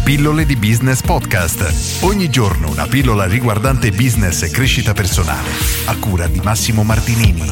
Pillole di Business Podcast. Ogni giorno una pillola riguardante business e crescita personale. A cura di Massimo Martinini.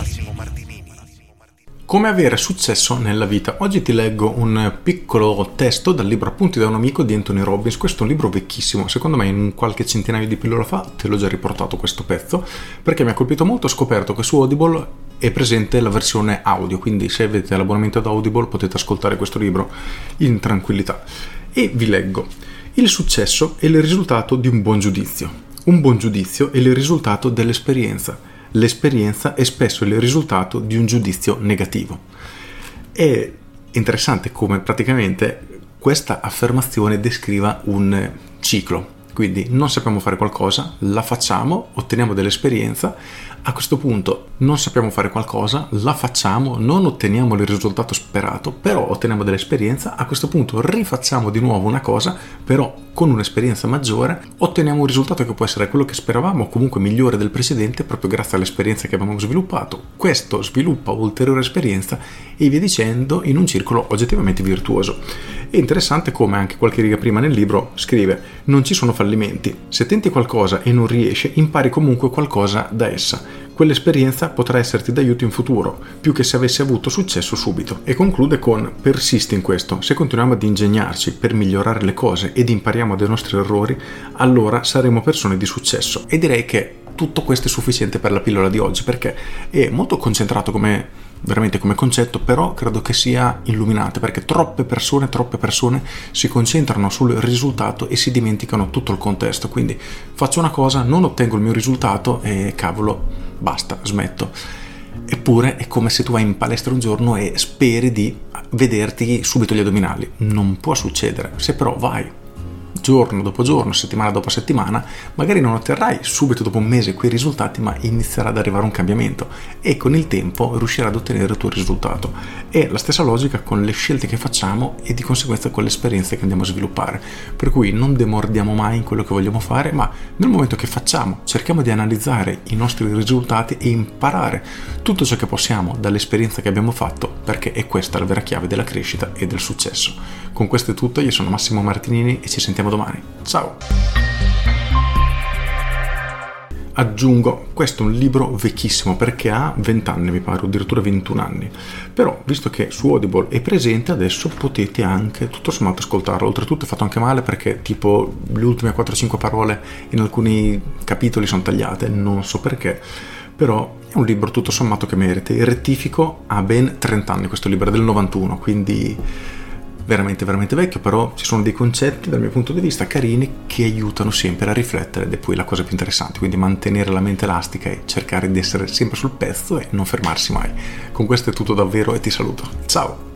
Come avere successo nella vita. Oggi ti leggo un piccolo testo dal libro Appunti da un amico di Anthony Robbins. Questo è un libro vecchissimo, secondo me in qualche centinaio di pillole fa te l'ho già riportato questo pezzo, perché mi ha colpito molto. Ho scoperto che su Audible è presente la versione audio, quindi se avete l'abbonamento ad Audible potete ascoltare questo libro in tranquillità. E vi leggo: il successo è il risultato di un buon giudizio. Un buon giudizio è il risultato dell'esperienza. L'esperienza è spesso il risultato di un giudizio negativo. È interessante come praticamente questa affermazione descriva un ciclo. Quindi non sappiamo fare qualcosa, la facciamo, otteniamo dell'esperienza. A questo punto non sappiamo fare qualcosa, la facciamo, non otteniamo il risultato sperato, però otteniamo dell'esperienza. A questo punto rifacciamo di nuovo una cosa, però con un'esperienza maggiore, otteniamo un risultato che può essere quello che speravamo o comunque migliore del precedente, proprio grazie all'esperienza che abbiamo sviluppato. Questo sviluppa ulteriore esperienza e via dicendo, in un circolo oggettivamente virtuoso. È interessante come anche qualche riga prima nel libro scrive: non ci sono fallimenti. Se tenti qualcosa e non riesce, impari comunque qualcosa da essa. Quell'esperienza potrà esserti d'aiuto in futuro, più che se avessi avuto successo subito. E conclude con: persisti in questo. Se continuiamo ad ingegnarci per migliorare le cose ed impariamo dai nostri errori, allora saremo persone di successo. E direi che tutto questo è sufficiente per la pillola di oggi, perché è molto concentrato veramente come concetto, però credo che sia illuminante, perché troppe persone si concentrano sul risultato e si dimenticano tutto il contesto. Quindi faccio una cosa, non ottengo il mio risultato e cavolo, basta, smetto. Eppure è come se tu vai in palestra un giorno e speri di vederti subito gli addominali. Non può succedere. Se però vai giorno dopo giorno, settimana dopo settimana, magari non otterrai subito dopo un mese quei risultati, ma inizierà ad arrivare un cambiamento e con il tempo riuscirai ad ottenere il tuo risultato. È la stessa logica con le scelte che facciamo e di conseguenza con le esperienze che andiamo a sviluppare, per cui non demordiamo mai in quello che vogliamo fare, ma nel momento che facciamo cerchiamo di analizzare i nostri risultati e imparare tutto ciò che possiamo dall'esperienza che abbiamo fatto, perché è questa la vera chiave della crescita e del successo. Con questo è tutto, io sono Massimo Martinini e ci sentiamo domani. Ciao! Aggiungo, questo è un libro vecchissimo perché ha 20 anni, mi pare, o addirittura 21 anni. Però, visto che su Audible è presente, adesso potete anche tutto sommato ascoltarlo. Oltretutto è fatto anche male perché tipo le ultime 4-5 parole in alcuni capitoli sono tagliate, non so perché. Però è un libro tutto sommato che merita. Il rettifico ha ben 30 anni, questo libro è del 91, quindi veramente vecchio, però ci sono dei concetti dal mio punto di vista carini che aiutano sempre a riflettere, ed è poi la cosa più interessante, quindi mantenere la mente elastica e cercare di essere sempre sul pezzo e non fermarsi mai. Con questo è tutto davvero e ti saluto. Ciao!